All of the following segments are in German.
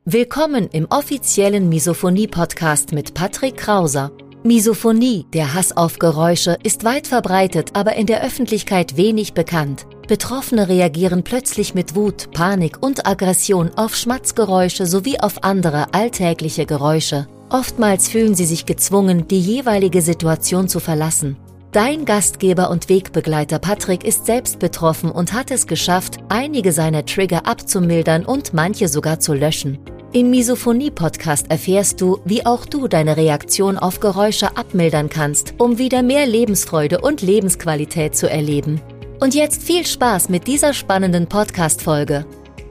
Willkommen im offiziellen Misophonie-Podcast mit Patrick Krauser. Misophonie, der Hass auf Geräusche, ist weit verbreitet, aber in der Öffentlichkeit wenig bekannt. Betroffene reagieren plötzlich mit Wut, Panik und Aggression auf Schmatzgeräusche sowie auf andere alltägliche Geräusche. Oftmals fühlen sie sich gezwungen, die jeweilige Situation zu verlassen. Dein Gastgeber und Wegbegleiter Patrick ist selbst betroffen und hat es geschafft, einige seiner Trigger abzumildern und manche sogar zu löschen. Im Misophonie-Podcast erfährst du, wie auch du deine Reaktion auf Geräusche abmildern kannst, um wieder mehr Lebensfreude und Lebensqualität zu erleben. Und jetzt viel Spaß mit dieser spannenden Podcast-Folge.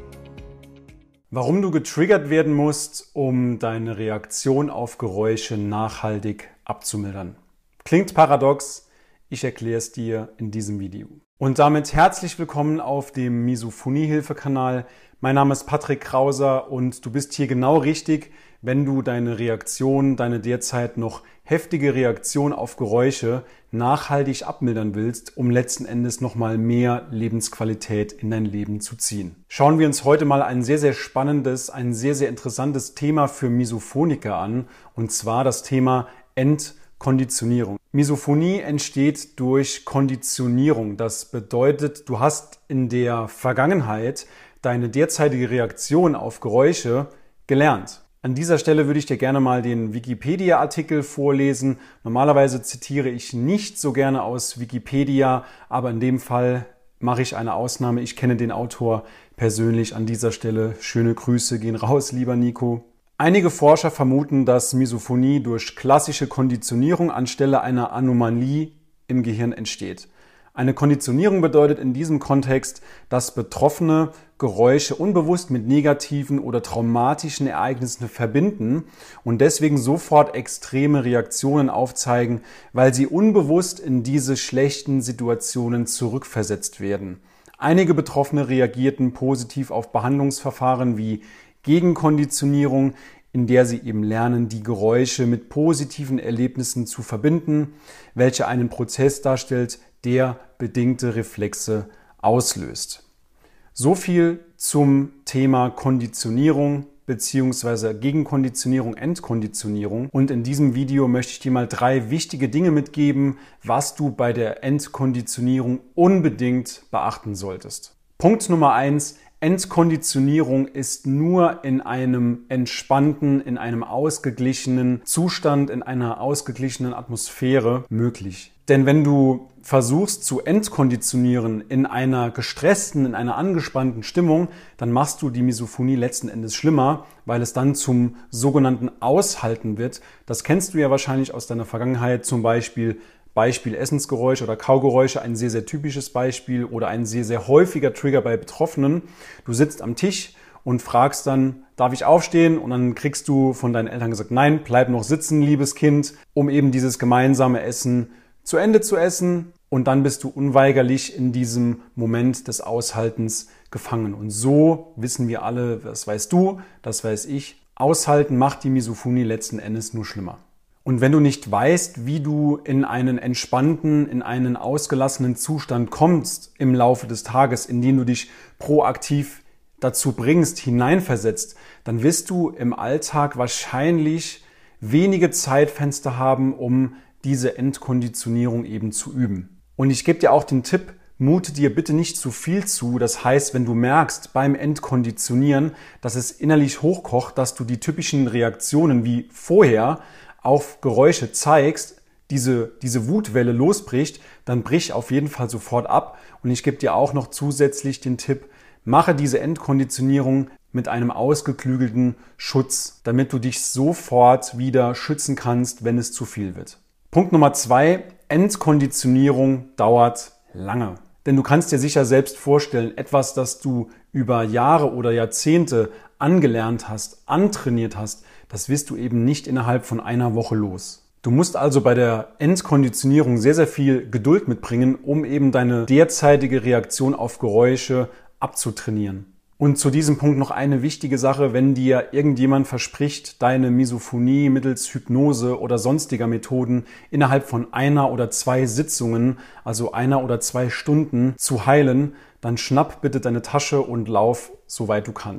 Warum du getriggert werden musst, um deine Reaktion auf Geräusche nachhaltig abzumildern. Klingt paradox, ich erkläre es dir in diesem Video. Und damit herzlich willkommen auf dem Misophonie-Hilfe-Kanal. Mein Name ist Patrick Krauser und du bist hier genau richtig, wenn du deine Reaktion, deine derzeit noch heftige Reaktion auf Geräusche nachhaltig abmildern willst, um letzten Endes nochmal mehr Lebensqualität in dein Leben zu ziehen. Schauen wir uns heute mal ein sehr, sehr spannendes, ein sehr, sehr interessantes Thema für Misophoniker an, und zwar das Thema Entkonditionierung. Misophonie entsteht durch Konditionierung. Das bedeutet, du hast in der Vergangenheit deine derzeitige Reaktion auf Geräusche gelernt. An dieser Stelle würde ich dir gerne mal den Wikipedia-Artikel vorlesen. Normalerweise zitiere ich nicht so gerne aus Wikipedia, aber in dem Fall mache ich eine Ausnahme. Ich kenne den Autor persönlich. An dieser Stelle schöne Grüße gehen raus, lieber Nico. Einige Forscher vermuten, dass Misophonie durch klassische Konditionierung anstelle einer Anomalie im Gehirn entsteht. Eine Konditionierung bedeutet in diesem Kontext, dass Betroffene Geräusche unbewusst mit negativen oder traumatischen Ereignissen verbinden und deswegen sofort extreme Reaktionen aufzeigen, weil sie unbewusst in diese schlechten Situationen zurückversetzt werden. Einige Betroffene reagierten positiv auf Behandlungsverfahren wie Gegenkonditionierung, in der sie eben lernen, die Geräusche mit positiven Erlebnissen zu verbinden, welche einen Prozess darstellt, der bedingte Reflexe auslöst. So viel zum Thema Konditionierung bzw. Gegenkonditionierung, Entkonditionierung. Und in diesem Video möchte ich dir mal 3 wichtige Dinge mitgeben, was du bei der Entkonditionierung unbedingt beachten solltest. Punkt Nummer 1. Entkonditionierung ist nur in einem entspannten, in einem ausgeglichenen Zustand, in einer ausgeglichenen Atmosphäre möglich. Denn wenn du versuchst zu entkonditionieren in einer gestressten, in einer angespannten Stimmung, dann machst du die Misophonie letzten Endes schlimmer, weil es dann zum sogenannten Aushalten wird. Das kennst du ja wahrscheinlich aus deiner Vergangenheit, zum Beispiel Essensgeräusche oder Kaugeräusche, ein sehr, sehr typisches Beispiel oder ein sehr, sehr häufiger Trigger bei Betroffenen. Du sitzt am Tisch und fragst dann, darf ich aufstehen? Und dann kriegst du von deinen Eltern gesagt, nein, bleib noch sitzen, liebes Kind, um eben dieses gemeinsame Essen zu Ende zu essen. Und dann bist du unweigerlich in diesem Moment des Aushaltens gefangen. Und so wissen wir alle, das weißt du, das weiß ich, Aushalten macht die Misophonie letzten Endes nur schlimmer. Und wenn du nicht weißt, wie du in einen entspannten, in einen ausgelassenen Zustand kommst im Laufe des Tages, in den du dich proaktiv dazu bringst, hineinversetzt, dann wirst du im Alltag wahrscheinlich wenige Zeitfenster haben, um diese Entkonditionierung eben zu üben. Und ich gebe dir auch den Tipp, mute dir bitte nicht zu viel zu. Das heißt, wenn du merkst beim Entkonditionieren, dass es innerlich hochkocht, dass du die typischen Reaktionen wie vorher auf Geräusche zeigst, diese Wutwelle losbricht, dann brich auf jeden Fall sofort ab. Und ich gebe dir auch noch zusätzlich den Tipp, mache diese Entkonditionierung mit einem ausgeklügelten Schutz, damit du dich sofort wieder schützen kannst, wenn es zu viel wird. Punkt Nummer 2, Entkonditionierung dauert lange. Denn du kannst dir sicher selbst vorstellen, etwas, das du über Jahre oder Jahrzehnte angelernt hast, antrainiert hast, das wirst du eben nicht innerhalb von einer Woche los. Du musst also bei der Entkonditionierung sehr, sehr viel Geduld mitbringen, um eben deine derzeitige Reaktion auf Geräusche abzutrainieren. Und zu diesem Punkt noch eine wichtige Sache: Wenn dir irgendjemand verspricht, deine Misophonie mittels Hypnose oder sonstiger Methoden innerhalb von 1 oder 2 Sitzungen, also 1 oder 2 Stunden zu heilen, dann schnapp bitte deine Tasche und lauf, soweit du kannst.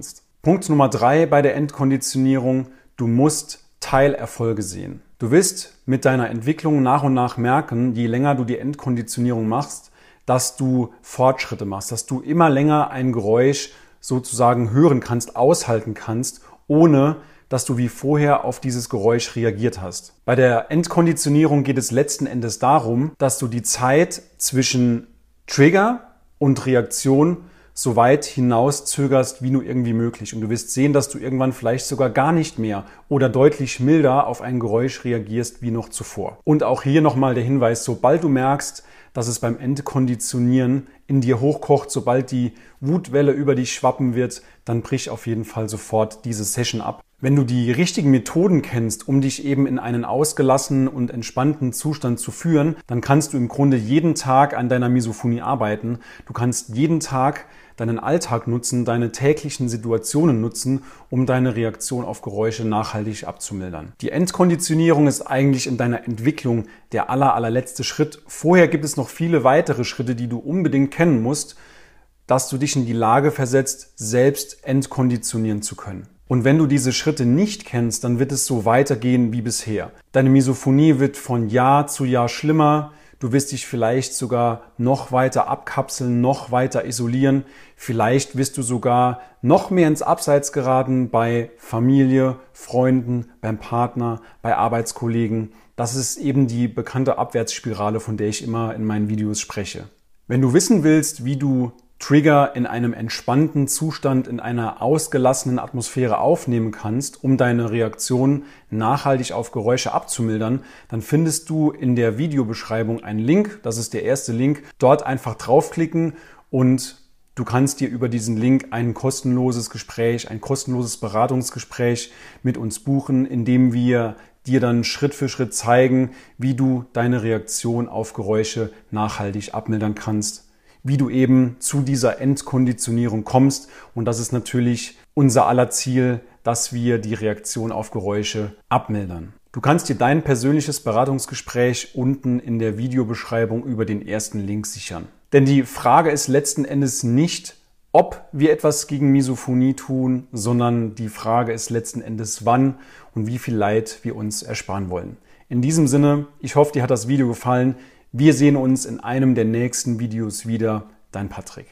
Punkt Nummer 3 bei der Endkonditionierung: Du musst Teilerfolge sehen. Du wirst mit deiner Entwicklung nach und nach merken, je länger du die Endkonditionierung machst, dass du Fortschritte machst, dass du immer länger ein Geräusch sozusagen hören kannst, aushalten kannst, ohne dass du wie vorher auf dieses Geräusch reagiert hast. Bei der Endkonditionierung geht es letzten Endes darum, dass du die Zeit zwischen Trigger und Reaktion so weit hinauszögerst, wie nur irgendwie möglich. Und du wirst sehen, dass du irgendwann vielleicht sogar gar nicht mehr oder deutlich milder auf ein Geräusch reagierst wie noch zuvor. Und auch hier nochmal der Hinweis: Sobald du merkst, dass es beim Endkonditionieren in dir hochkocht, sobald die Wutwelle über dich schwappen wird, dann brich auf jeden Fall sofort diese Session ab. Wenn du die richtigen Methoden kennst, um dich eben in einen ausgelassenen und entspannten Zustand zu führen, dann kannst du im Grunde jeden Tag an deiner Misophonie arbeiten. Du kannst jeden Tag deinen Alltag nutzen, deine täglichen Situationen nutzen, um deine Reaktion auf Geräusche nachhaltig abzumildern. Die Endkonditionierung ist eigentlich in deiner Entwicklung der allerletzte Schritt. Vorher gibt es noch viele weitere Schritte, die du unbedingt kennen musst, dass du dich in die Lage versetzt, selbst entkonditionieren zu können. Und wenn du diese Schritte nicht kennst, dann wird es so weitergehen wie bisher. Deine Misophonie wird von Jahr zu Jahr schlimmer. Du wirst dich vielleicht sogar noch weiter abkapseln, noch weiter isolieren. Vielleicht wirst du sogar noch mehr ins Abseits geraten bei Familie, Freunden, beim Partner, bei Arbeitskollegen. Das ist eben die bekannte Abwärtsspirale, von der ich immer in meinen Videos spreche. Wenn du wissen willst, wie du Trigger in einem entspannten Zustand, in einer ausgelassenen Atmosphäre aufnehmen kannst, um deine Reaktion nachhaltig auf Geräusche abzumildern, dann findest du in der Videobeschreibung einen Link. Das ist der erste Link. Dort einfach draufklicken und du kannst dir über diesen Link ein kostenloses Gespräch, ein kostenloses Beratungsgespräch mit uns buchen, indem wir dir dann Schritt für Schritt zeigen, wie du deine Reaktion auf Geräusche nachhaltig abmildern kannst, wie du eben zu dieser Endkonditionierung kommst. Und das ist natürlich unser aller Ziel, dass wir die Reaktion auf Geräusche abmildern. Du kannst dir dein persönliches Beratungsgespräch unten in der Videobeschreibung über den ersten Link sichern. Denn die Frage ist letzten Endes nicht, ob wir etwas gegen Misophonie tun, sondern die Frage ist letzten Endes, wann und wie viel Leid wir uns ersparen wollen. In diesem Sinne, ich hoffe, dir hat das Video gefallen. Wir sehen uns in einem der nächsten Videos wieder. Dein Patrick.